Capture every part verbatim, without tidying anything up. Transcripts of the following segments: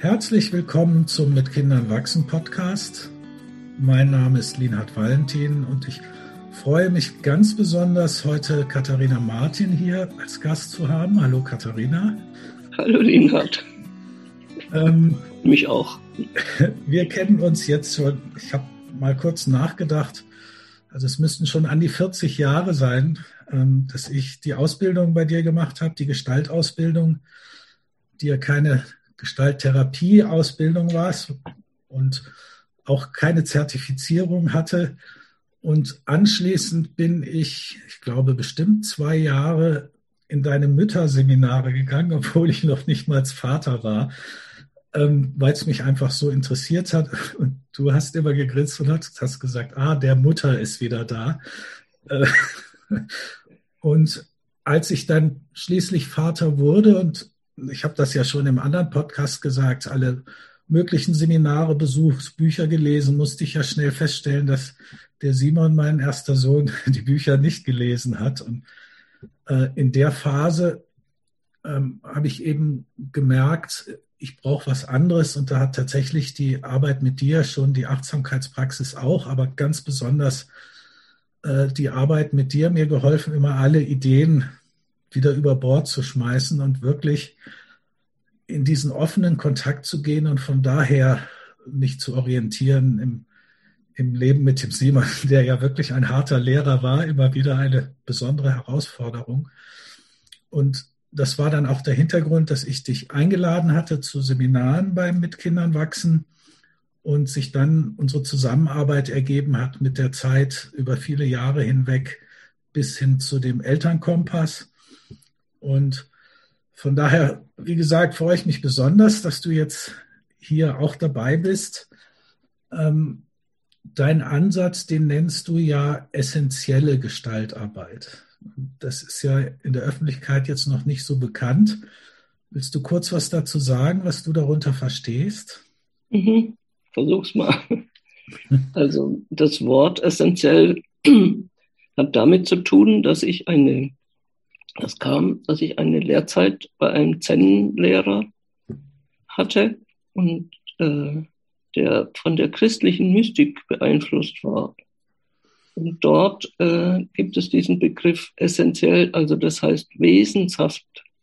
Herzlich willkommen zum Mit Kindern wachsen Podcast. Mein Name ist Linhard Valentin und ich freue mich ganz besonders, heute Katharina Martin hier als Gast zu haben. Hallo Katharina. Hallo Linhard. Ähm, Mich auch. Wir kennen uns jetzt schon, ich habe mal kurz nachgedacht, also es müssten schon an die vierzig Jahre sein, ähm, dass ich die Ausbildung bei dir gemacht habe, die Gestaltausbildung, die ja keine Gestalttherapie-Ausbildung war und auch keine Zertifizierung hatte. Und anschließend bin ich, ich glaube, bestimmt zwei Jahre in deine Mütterseminare gegangen, obwohl ich noch nicht mal Vater war, ähm, weil es mich einfach so interessiert hat. Und du hast immer gegrinst und hast gesagt, ah, der Mutter ist wieder da. Äh, und als ich dann schließlich Vater wurde, und ich habe das ja schon im anderen Podcast gesagt, alle möglichen Seminare besucht, Bücher gelesen, musste ich ja schnell feststellen, dass der Simon, mein erster Sohn, die Bücher nicht gelesen hat. Und äh, in der Phase ähm, habe ich eben gemerkt, ich brauche was anderes. Und da hat tatsächlich die Arbeit mit dir, schon die Achtsamkeitspraxis auch, aber ganz besonders äh, die Arbeit mit dir mir geholfen, immer alle Ideen wieder über Bord zu schmeißen und wirklich in diesen offenen Kontakt zu gehen und von daher mich zu orientieren im, im Leben mit dem Simon, der ja wirklich ein harter Lehrer war, immer wieder eine besondere Herausforderung. Und das war dann auch der Hintergrund, dass ich dich eingeladen hatte zu Seminaren beim Mit Kindern wachsen und sich dann unsere Zusammenarbeit ergeben hat mit der Zeit über viele Jahre hinweg bis hin zu dem Elternkompass. Und von daher, wie gesagt, freue ich mich besonders, dass du jetzt hier auch dabei bist. Ähm, dein Ansatz, den nennst du ja essentielle Gestaltarbeit. Das ist ja in der Öffentlichkeit jetzt noch nicht so bekannt. Willst du kurz was dazu sagen, was du darunter verstehst? Mhm. Versuch's mal. Also das Wort essentiell hat damit zu tun, dass ich eine Das kam, dass ich eine Lehrzeit bei einem Zen-Lehrer hatte und äh, der von der christlichen Mystik beeinflusst war. Und dort äh, gibt es diesen Begriff essentiell, also das heißt wesenshaft,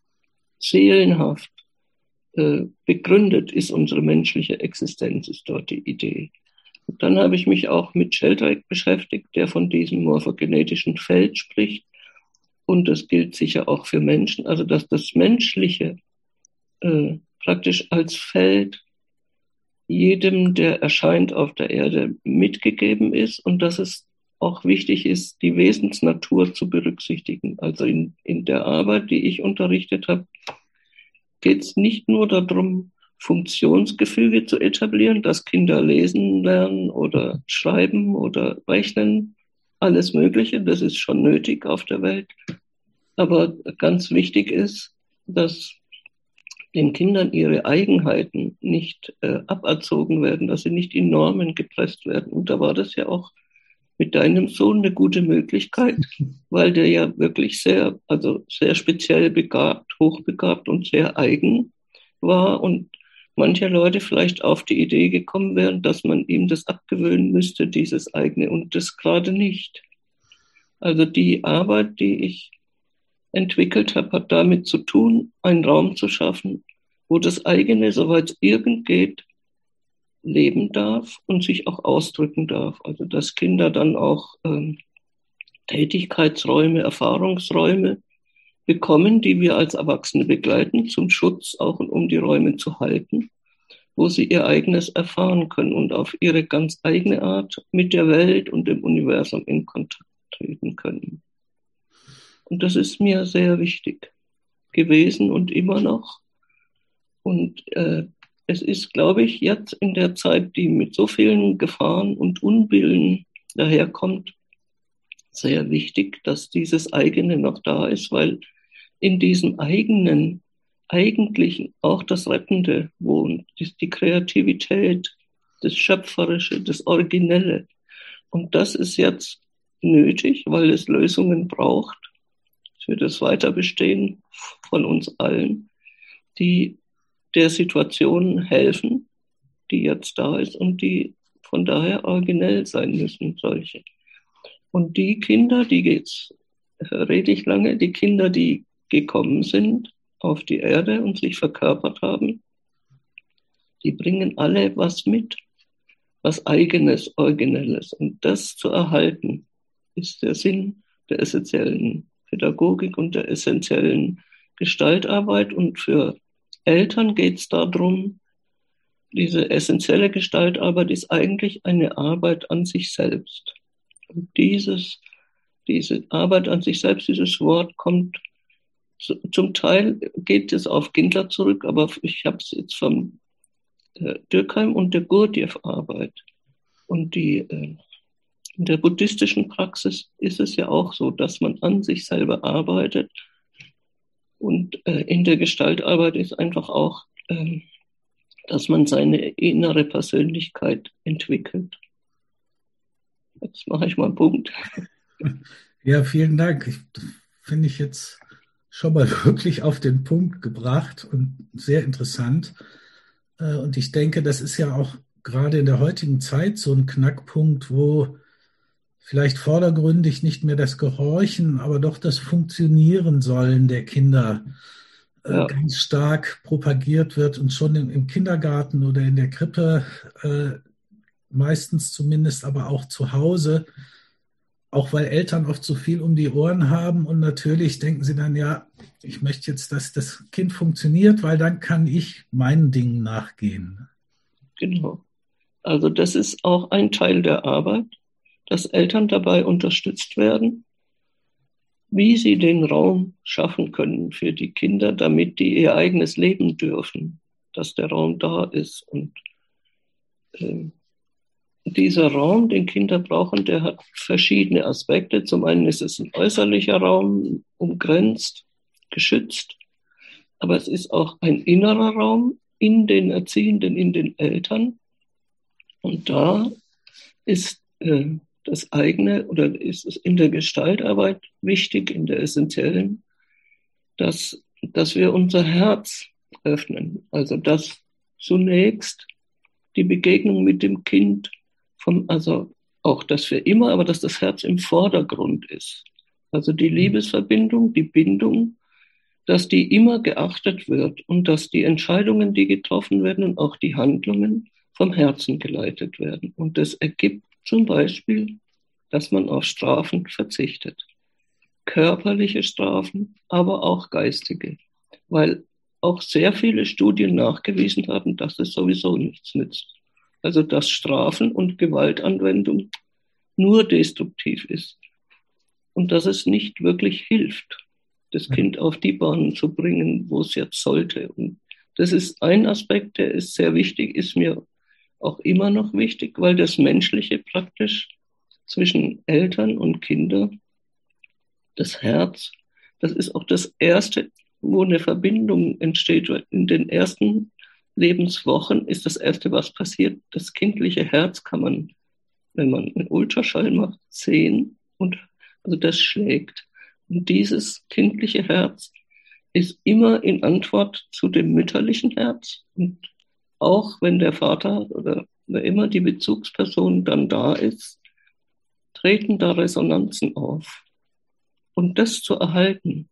seelenhaft, äh, begründet ist unsere menschliche Existenz, ist dort die Idee. Und dann habe ich mich auch mit Sheldrake beschäftigt, der von diesem morphogenetischen Feld spricht. Und das gilt sicher auch für Menschen, also dass das Menschliche äh, praktisch als Feld jedem, der erscheint auf der Erde, mitgegeben ist und dass es auch wichtig ist, die Wesensnatur zu berücksichtigen. Also in, in der Arbeit, die ich unterrichtet habe, geht es nicht nur darum, Funktionsgefüge zu etablieren, dass Kinder lesen lernen oder schreiben oder rechnen, alles Mögliche, das ist schon nötig auf der Welt. Aber ganz wichtig ist, dass den Kindern ihre Eigenheiten nicht äh, aberzogen werden, dass sie nicht in Normen gepresst werden. Und da war das ja auch mit deinem Sohn eine gute Möglichkeit, weil der ja wirklich sehr, also sehr speziell begabt, hochbegabt und sehr eigen war und manche Leute vielleicht auf die Idee gekommen wären, dass man ihm das abgewöhnen müsste, dieses eigene, und das gerade nicht. Also die Arbeit, die ich entwickelt habe, hat damit zu tun, einen Raum zu schaffen, wo das eigene, soweit es irgend geht, leben darf und sich auch ausdrücken darf. Also dass Kinder dann auch ähm, Tätigkeitsräume, Erfahrungsräume bekommen, die wir als Erwachsene begleiten, zum Schutz auch und um die Räume zu halten, wo sie ihr eigenes erfahren können und auf ihre ganz eigene Art mit der Welt und dem Universum in Kontakt treten können. Und das ist mir sehr wichtig gewesen und immer noch. Und äh, es ist, glaube ich, jetzt in der Zeit, die mit so vielen Gefahren und Unbillen daherkommt, sehr wichtig, dass dieses eigene noch da ist, weil in diesem eigenen, eigentlichen auch das Rettende wohnt, die Kreativität, das Schöpferische, das Originelle. Und das ist jetzt nötig, weil es Lösungen braucht für das Weiterbestehen von uns allen, die der Situation helfen, die jetzt da ist und die von daher originell sein müssen, solche. Und die Kinder, die jetzt rede ich lange, die Kinder, die gekommen sind auf die Erde und sich verkörpert haben, die bringen alle was mit, was Eigenes, Originelles. Und das zu erhalten, ist der Sinn der essentiellen Pädagogik und der essentiellen Gestaltarbeit. Und für Eltern geht es darum, diese essentielle Gestaltarbeit ist eigentlich eine Arbeit an sich selbst. Und dieses, diese Arbeit an sich selbst, dieses Wort kommt, zu, zum Teil geht es auf Gindler zurück, aber ich habe es jetzt vom äh, Durkheim und der Gurdjieff-Arbeit. Und die, äh, in der buddhistischen Praxis ist es ja auch so, dass man an sich selber arbeitet. Und äh, in der Gestaltarbeit ist einfach auch, äh, dass man seine innere Persönlichkeit entwickelt. Jetzt mache ich mal einen Punkt. Ja, vielen Dank. Ich, finde ich jetzt schon mal wirklich auf den Punkt gebracht und sehr interessant. Und ich denke, das ist ja auch gerade in der heutigen Zeit so ein Knackpunkt, wo vielleicht vordergründig nicht mehr das Gehorchen, aber doch das Funktionieren sollen der Kinder ja. ganz stark propagiert wird und schon im, im Kindergarten oder in der Krippe, äh, meistens zumindest, aber auch zu Hause, auch weil Eltern oft so viel um die Ohren haben und natürlich denken sie dann, ja, ich möchte jetzt, dass das Kind funktioniert, weil dann kann ich meinen Dingen nachgehen. Genau. Also das ist auch ein Teil der Arbeit, dass Eltern dabei unterstützt werden, wie sie den Raum schaffen können für die Kinder, damit die ihr eigenes Leben dürfen, dass der Raum da ist. Und äh, dieser Raum, den Kinder brauchen, der hat verschiedene Aspekte. Zum einen ist es ein äußerlicher Raum, umgrenzt, geschützt, aber es ist auch ein innerer Raum in den Erziehenden, in den Eltern. Und da ist äh, das eigene oder ist es in der Gestaltarbeit wichtig, in der essentiellen, dass, dass wir unser Herz öffnen. Also dass zunächst die Begegnung mit dem Kind, vom, also auch das für immer, aber dass das Herz im Vordergrund ist. Also die Liebesverbindung, die Bindung, dass die immer geachtet wird und dass die Entscheidungen, die getroffen werden und auch die Handlungen vom Herzen geleitet werden. Und das ergibt zum Beispiel, dass man auf Strafen verzichtet. Körperliche Strafen, aber auch geistige. Weil auch sehr viele Studien nachgewiesen haben, dass es sowieso nichts nützt. Also dass Strafen und Gewaltanwendung nur destruktiv ist. Und dass es nicht wirklich hilft, das Kind auf die Bahn zu bringen, wo es jetzt sollte. Und das ist ein Aspekt, der ist sehr wichtig, ist mir auch immer noch wichtig, weil das Menschliche praktisch zwischen Eltern und Kindern, das Herz, das ist auch das Erste, wo eine Verbindung entsteht. In den ersten Lebenswochen ist das Erste, was passiert. Das kindliche Herz kann man, wenn man einen Ultraschall macht, sehen und also das schlägt. Und dieses kindliche Herz ist immer in Antwort zu dem mütterlichen Herz. Und auch wenn der Vater oder wer immer die Bezugsperson dann da ist, treten da Resonanzen auf. Und das zu erhalten,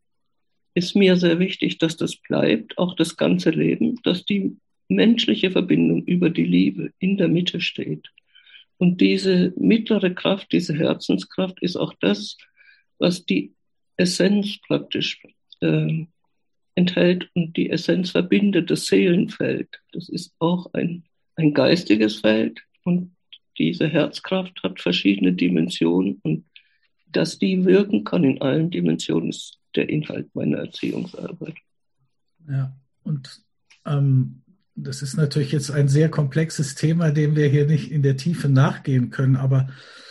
ist mir sehr wichtig, dass das bleibt, auch das ganze Leben, dass die menschliche Verbindung über die Liebe in der Mitte steht. Und diese mittlere Kraft, diese Herzenskraft ist auch das, was die Essenz praktisch äh, enthält und die Essenz verbindet, das Seelenfeld. Das ist auch ein, ein geistiges Feld und diese Herzkraft hat verschiedene Dimensionen und dass die wirken kann in allen Dimensionen, ist der Inhalt meiner Erziehungsarbeit. Ja, und ähm, das ist natürlich jetzt ein sehr komplexes Thema, dem wir hier nicht in der Tiefe nachgehen können, aber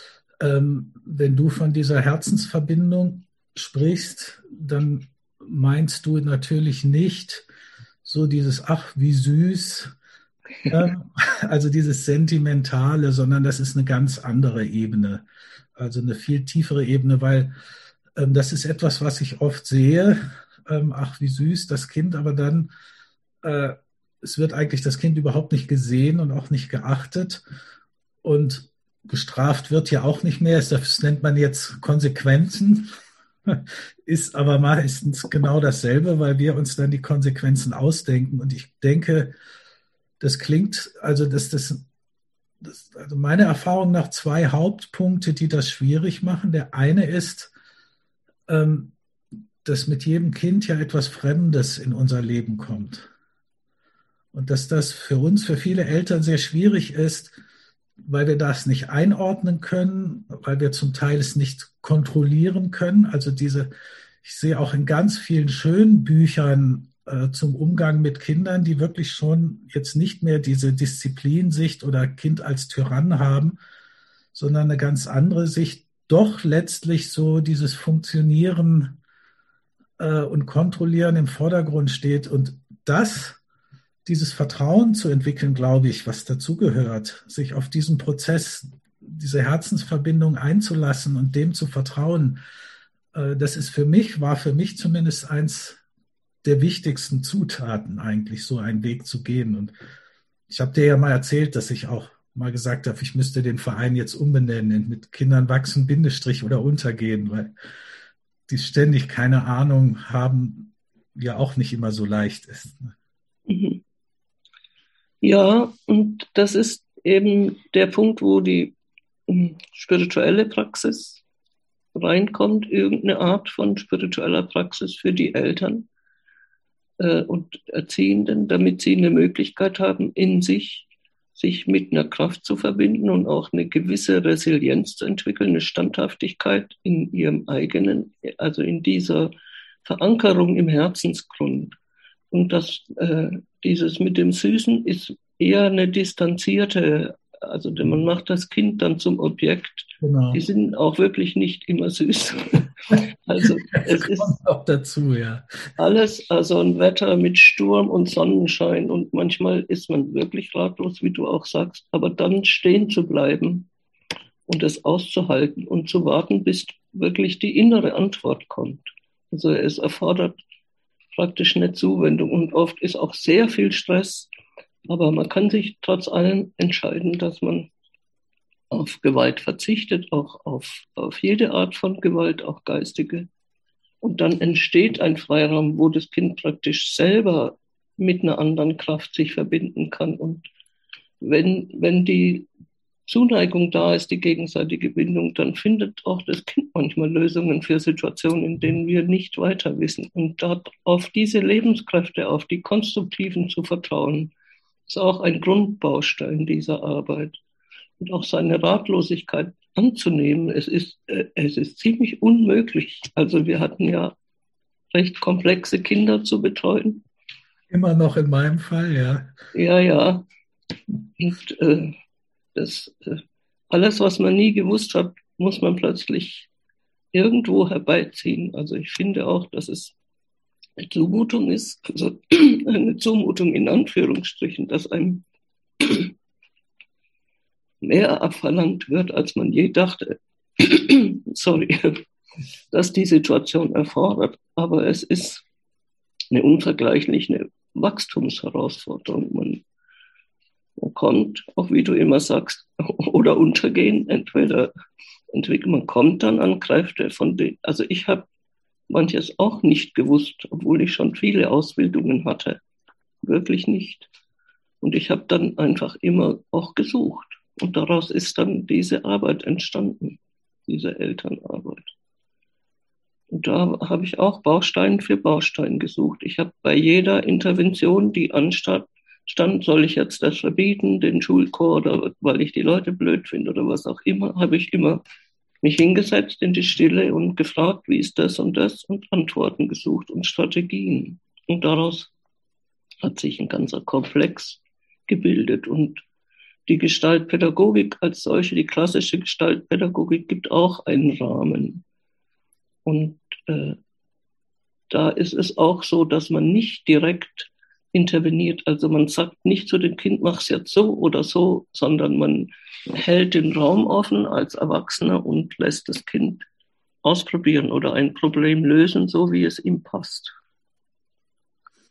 ähm, wenn du von dieser Herzensverbindung sprichst, dann meinst du natürlich nicht so dieses Ach, wie süß, ähm, also dieses Sentimentale, sondern das ist eine ganz andere Ebene, also eine viel tiefere Ebene, weil ähm, das ist etwas, was ich oft sehe, ähm, ach, wie süß das Kind, aber dann äh, es wird eigentlich das Kind überhaupt nicht gesehen und auch nicht geachtet. Und gestraft wird ja auch nicht mehr. Das nennt man jetzt Konsequenzen. Ist aber meistens genau dasselbe, weil wir uns dann die Konsequenzen ausdenken. Und ich denke, das klingt, also das, das, das, also meine Erfahrung nach zwei Hauptpunkte, die das schwierig machen. Der eine ist, ähm, dass mit jedem Kind ja etwas Fremdes in unser Leben kommt. Und dass das für uns, für viele Eltern sehr schwierig ist, weil wir das nicht einordnen können, weil wir zum Teil es nicht kontrollieren können. Also diese, ich sehe auch in ganz vielen schönen Büchern äh, zum Umgang mit Kindern, die wirklich schon jetzt nicht mehr diese Disziplinsicht oder Kind als Tyrann haben, sondern eine ganz andere Sicht, doch letztlich so dieses Funktionieren äh, und Kontrollieren im Vordergrund steht. Und das dieses Vertrauen zu entwickeln, glaube ich, was dazugehört, sich auf diesen Prozess, diese Herzensverbindung einzulassen und dem zu vertrauen, das ist für mich, war für mich zumindest eins der wichtigsten Zutaten eigentlich, so einen Weg zu gehen. Und ich habe dir ja mal erzählt, dass ich auch mal gesagt habe, ich müsste den Verein jetzt umbenennen, mit Kindern wachsen, Bindestrich oder untergehen, weil die ständig keine Ahnung haben, ja auch nicht immer so leicht ist. Mhm. Ja, und das ist eben der Punkt, wo die um, spirituelle Praxis reinkommt, irgendeine Art von spiritueller Praxis für die Eltern äh, und Erziehenden, damit sie eine Möglichkeit haben, in sich, sich mit einer Kraft zu verbinden und auch eine gewisse Resilienz zu entwickeln, eine Standhaftigkeit in ihrem eigenen, also in dieser Verankerung im Herzensgrund. Und das, äh, dieses mit dem Süßen ist eher eine distanzierte, also man macht das Kind dann zum Objekt. Genau. Die sind auch wirklich nicht immer süß. Also es das kommt ist auch dazu, ja. Alles, also ein Wetter mit Sturm und Sonnenschein und manchmal ist man wirklich ratlos, wie du auch sagst, aber dann stehen zu bleiben und es auszuhalten und zu warten, bis wirklich die innere Antwort kommt. Also es erfordert praktisch eine Zuwendung und oft ist auch sehr viel Stress, aber man kann sich trotz allem entscheiden, dass man auf Gewalt verzichtet, auch auf, auf jede Art von Gewalt, auch geistige. Und dann entsteht ein Freiraum, wo das Kind praktisch selber mit einer anderen Kraft sich verbinden kann. Und wenn, wenn die Zuneigung da ist, die gegenseitige Bindung, dann findet auch das Kind manchmal Lösungen für Situationen, in denen wir nicht weiter wissen. Und da auf diese Lebenskräfte, auf die konstruktiven zu vertrauen, ist auch ein Grundbaustein dieser Arbeit. Und auch seine Ratlosigkeit anzunehmen, es ist, äh, es ist ziemlich unmöglich. Also wir hatten ja recht komplexe Kinder zu betreuen. Immer noch in meinem Fall, ja. Ja, ja. Und äh, das, äh, alles, was man nie gewusst hat, muss man plötzlich irgendwo herbeiziehen. Also ich finde auch, dass es eine Zumutung ist, also eine Zumutung in Anführungsstrichen, dass einem mehr abverlangt wird, als man je dachte. Sorry, dass die Situation erfordert. Aber es ist eine unvergleichliche Wachstumsherausforderung. Man, man kommt, auch wie du immer sagst, oder untergehen. Entweder entwickelt man kommt dann an Kräfte, von denen, also ich habe manches auch nicht gewusst, obwohl ich schon viele Ausbildungen hatte. Wirklich nicht. Und ich habe dann einfach immer auch gesucht. Und daraus ist dann diese Arbeit entstanden, diese Elternarbeit. Und da habe ich auch Baustein für Baustein gesucht. Ich habe bei jeder Intervention, die anstand, stand, soll ich jetzt das verbieten, den Schulchor, oder weil ich die Leute blöd finde oder was auch immer, habe ich immer mich hingesetzt in die Stille und gefragt, wie ist das und das, und Antworten gesucht und Strategien. Und daraus hat sich ein ganzer Komplex gebildet. Und die Gestaltpädagogik als solche, die klassische Gestaltpädagogik, gibt auch einen Rahmen. Und äh, da ist es auch so, dass man nicht direkt interveniert. Also man sagt nicht zu dem Kind, mach's jetzt so oder so, sondern man hält den Raum offen als Erwachsener und lässt das Kind ausprobieren oder ein Problem lösen, so wie es ihm passt.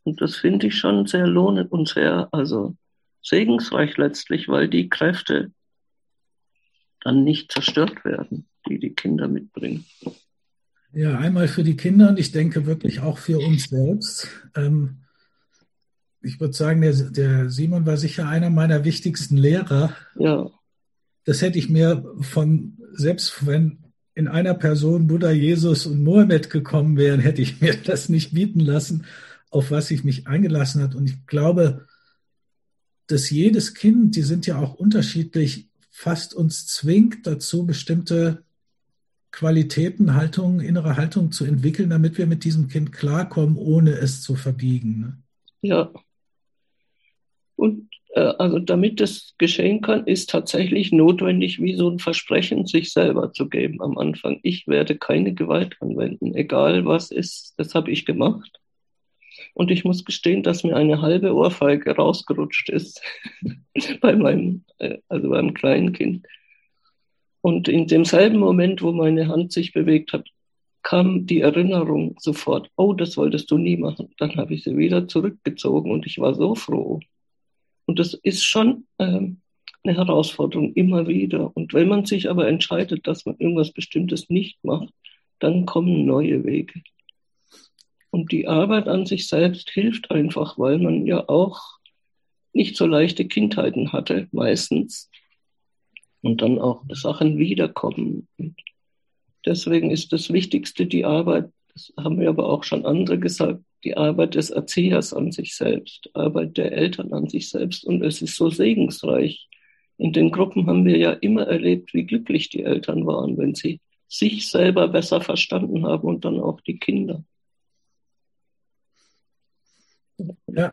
Und das finde ich schon sehr lohnend und sehr, also segensreich letztlich, weil die Kräfte dann nicht zerstört werden, die die Kinder mitbringen. Ja, einmal für die Kinder und ich denke wirklich auch für uns selbst. Ähm, ich würde sagen, der, der Simon war sicher einer meiner wichtigsten Lehrer. Ja. Das hätte ich mir von, selbst wenn in einer Person Buddha, Jesus und Mohammed gekommen wären, hätte ich mir das nicht bieten lassen, auf was ich mich eingelassen habe. Und ich glaube, dass jedes Kind, die sind ja auch unterschiedlich, fast uns zwingt dazu, bestimmte Qualitäten, Haltungen, innere Haltung zu entwickeln, damit wir mit diesem Kind klarkommen, ohne es zu verbiegen. Ne? Ja. Und äh, also damit das geschehen kann, ist tatsächlich notwendig, wie so ein Versprechen sich selber zu geben am Anfang. Ich werde keine Gewalt anwenden, egal was ist, das habe ich gemacht. Und ich muss gestehen, dass mir eine halbe Ohrfeige rausgerutscht ist bei meinem, äh, also beim kleinen Kind. Und in demselben Moment, wo meine Hand sich bewegt hat, kam die Erinnerung sofort, oh, das wolltest du nie machen. Dann habe ich sie wieder zurückgezogen und ich war so froh. Und das ist schon ähm, eine Herausforderung immer wieder. Und wenn man sich aber entscheidet, dass man irgendwas Bestimmtes nicht macht, dann kommen neue Wege. Und die Arbeit an sich selbst hilft einfach, weil man ja auch nicht so leichte Kindheiten hatte, meistens. Und dann auch Sachen wiederkommen. Und deswegen ist das Wichtigste die Arbeit, das haben wir aber auch schon andere gesagt, die Arbeit des Erziehers an sich selbst, die Arbeit der Eltern an sich selbst. Und es ist so segensreich. In den Gruppen haben wir ja immer erlebt, wie glücklich die Eltern waren, wenn sie sich selber besser verstanden haben und dann auch die Kinder. Ja.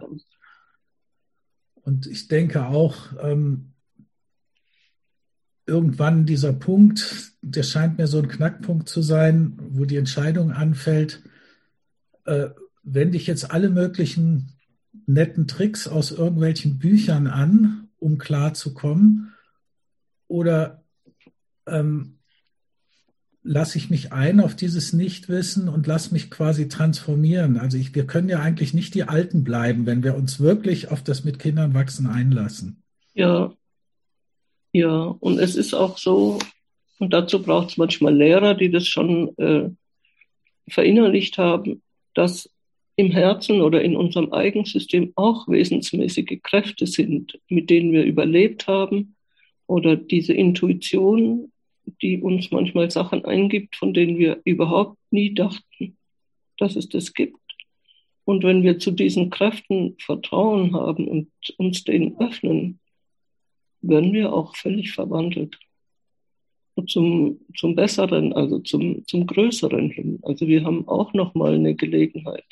Und ich denke auch, ähm, irgendwann dieser Punkt, der scheint mir so ein Knackpunkt zu sein, wo die Entscheidung anfällt, äh, wende ich jetzt alle möglichen netten Tricks aus irgendwelchen Büchern an, um klarzukommen, oder ähm, lasse ich mich ein auf dieses Nichtwissen und lasse mich quasi transformieren. Also ich, wir können ja eigentlich nicht die Alten bleiben, wenn wir uns wirklich auf das mit Kindern wachsen einlassen. Ja, ja, und es ist auch so, und dazu braucht es manchmal Lehrer, die das schon äh, verinnerlicht haben, dass im Herzen oder in unserem Eigensystem auch wesensmäßige Kräfte sind, mit denen wir überlebt haben, oder diese Intuition, die uns manchmal Sachen eingibt, von denen wir überhaupt nie dachten, dass es das gibt. Und wenn wir zu diesen Kräften Vertrauen haben und uns denen öffnen, werden wir auch völlig verwandelt. Zum, zum Besseren, also zum, zum Größeren hin. Also wir haben auch nochmal eine Gelegenheit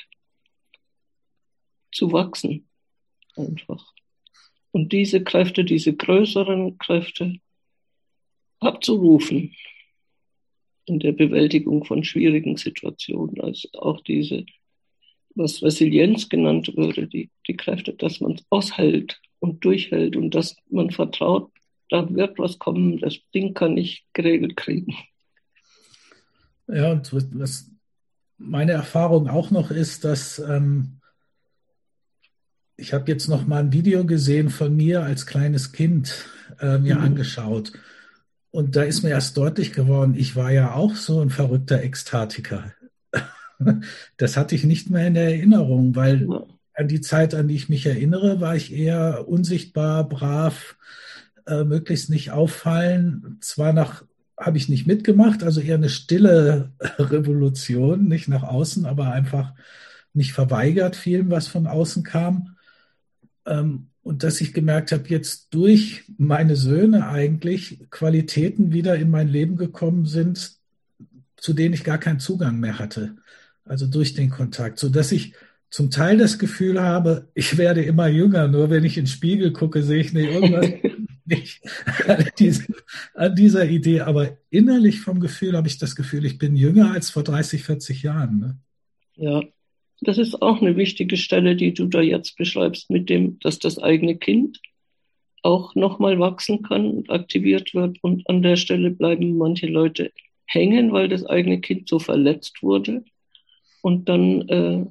zu wachsen, einfach. Und diese Kräfte, diese größeren Kräfte abzurufen in der Bewältigung von schwierigen Situationen. Also auch diese, was Resilienz genannt würde, die, die Kräfte, dass man es aushält und durchhält und dass man vertraut, da wird was kommen, das Ding kann ich geregelt kriegen. Ja, und was meine Erfahrung auch noch ist, dass ähm, ich habe jetzt noch mal ein Video gesehen von mir als kleines Kind äh, mir mhm. angeschaut. Und da ist mir erst deutlich geworden, ich war ja auch so ein verrückter Ekstatiker. Das hatte ich nicht mehr in der Erinnerung, weil ja. an die Zeit, an die ich mich erinnere, war ich eher unsichtbar, brav, äh, möglichst nicht auffallen. Zwar nach, habe ich nicht mitgemacht, also eher eine stille Revolution, nicht nach außen, aber einfach mich verweigert vielem, was von außen kam. Ähm, und dass ich gemerkt habe, jetzt durch meine Söhne eigentlich Qualitäten wieder in mein Leben gekommen sind, zu denen ich gar keinen Zugang mehr hatte. Also durch den Kontakt, sodass ich zum Teil das Gefühl habe, ich werde immer jünger, nur wenn ich in den Spiegel gucke, sehe ich, nee, irgendwas nicht an, diese, an dieser Idee. Aber innerlich vom Gefühl habe ich das Gefühl, ich bin jünger als vor dreißig, vierzig Jahren. Ne? Ja, das ist auch eine wichtige Stelle, die du da jetzt beschreibst, mit dem, dass das eigene Kind auch nochmal wachsen kann und aktiviert wird. Und an der Stelle bleiben manche Leute hängen, weil das eigene Kind so verletzt wurde. Und dann äh,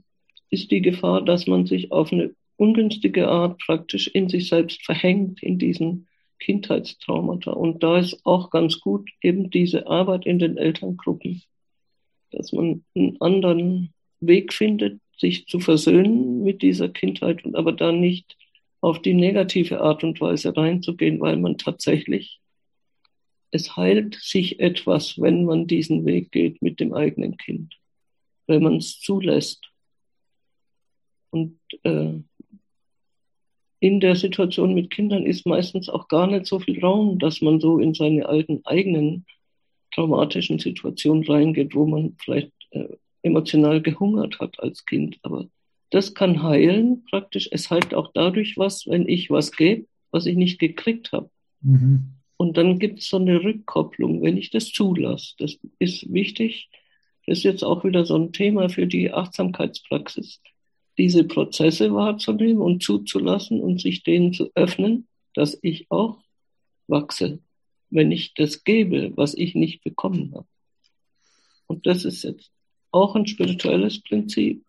ist die Gefahr, dass man sich auf eine ungünstige Art praktisch in sich selbst verhängt, in diesen Kindheitstraumata. Und da ist auch ganz gut eben diese Arbeit in den Elterngruppen, dass man einen anderen Weg findet, sich zu versöhnen mit dieser Kindheit und aber dann nicht auf die negative Art und Weise reinzugehen, weil man tatsächlich, es heilt sich etwas, wenn man diesen Weg geht mit dem eigenen Kind, wenn man es zulässt. Und äh, in der Situation mit Kindern ist meistens auch gar nicht so viel Raum, dass man so in seine alten, eigenen traumatischen Situationen reingeht, wo man vielleicht äh, emotional gehungert hat als Kind. Aber das kann heilen praktisch. Es heilt auch dadurch was, wenn ich was gebe, was ich nicht gekriegt habe. Mhm. Und dann gibt es so eine Rückkopplung, wenn ich das zulasse. Das ist wichtig. Das ist jetzt auch wieder so ein Thema für die Achtsamkeitspraxis, diese Prozesse wahrzunehmen und zuzulassen und sich denen zu öffnen, dass ich auch wachse, wenn ich das gebe, was ich nicht bekommen habe. Und das ist jetzt auch ein spirituelles Prinzip,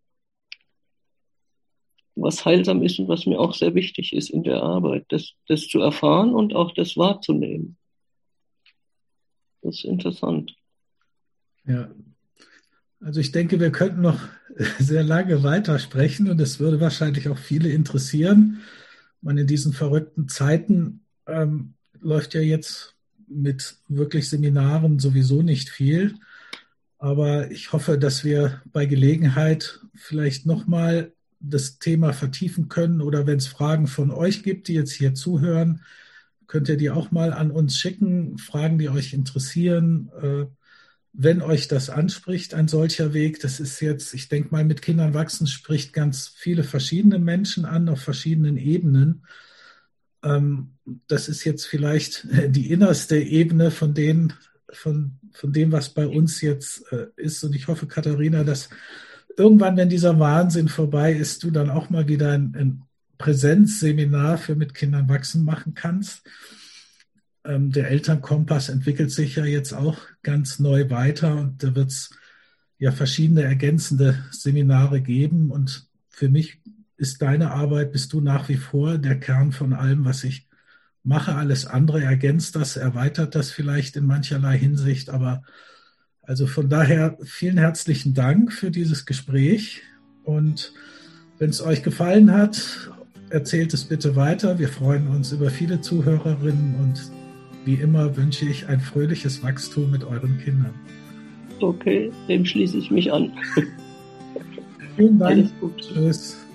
was heilsam ist und was mir auch sehr wichtig ist in der Arbeit, das, das zu erfahren und auch das wahrzunehmen. Das ist interessant. Ja, also ich denke, wir könnten noch sehr lange weitersprechen und es würde wahrscheinlich auch viele interessieren. Man in diesen verrückten Zeiten ähm, läuft ja jetzt mit wirklich Seminaren sowieso nicht viel. Aber ich hoffe, dass wir bei Gelegenheit vielleicht nochmal das Thema vertiefen können oder wenn es Fragen von euch gibt, die jetzt hier zuhören, könnt ihr die auch mal an uns schicken, Fragen, die euch interessieren. Wenn euch das anspricht, ein solcher Weg, das ist jetzt, ich denke mal, mit Kindern wachsen spricht ganz viele verschiedene Menschen an, auf verschiedenen Ebenen. Das ist jetzt vielleicht die innerste Ebene von denen, von, von dem, was bei uns jetzt ist. Und ich hoffe, Katharina, dass irgendwann, wenn dieser Wahnsinn vorbei ist, du dann auch mal wieder ein, ein Präsenzseminar für mit Kindern wachsen machen kannst. Ähm, der Elternkompass entwickelt sich ja jetzt auch ganz neu weiter und da wird es ja verschiedene ergänzende Seminare geben. Und für mich ist deine Arbeit, bist du nach wie vor der Kern von allem, was ich mache. Alles andere ergänzt das, erweitert das vielleicht in mancherlei Hinsicht, aber also von daher vielen herzlichen Dank für dieses Gespräch und wenn es euch gefallen hat, erzählt es bitte weiter. Wir freuen uns über viele Zuhörerinnen und wie immer wünsche ich ein fröhliches Wachstum mit euren Kindern. Okay, dem schließe ich mich an. Vielen Dank. Alles gut. Tschüss.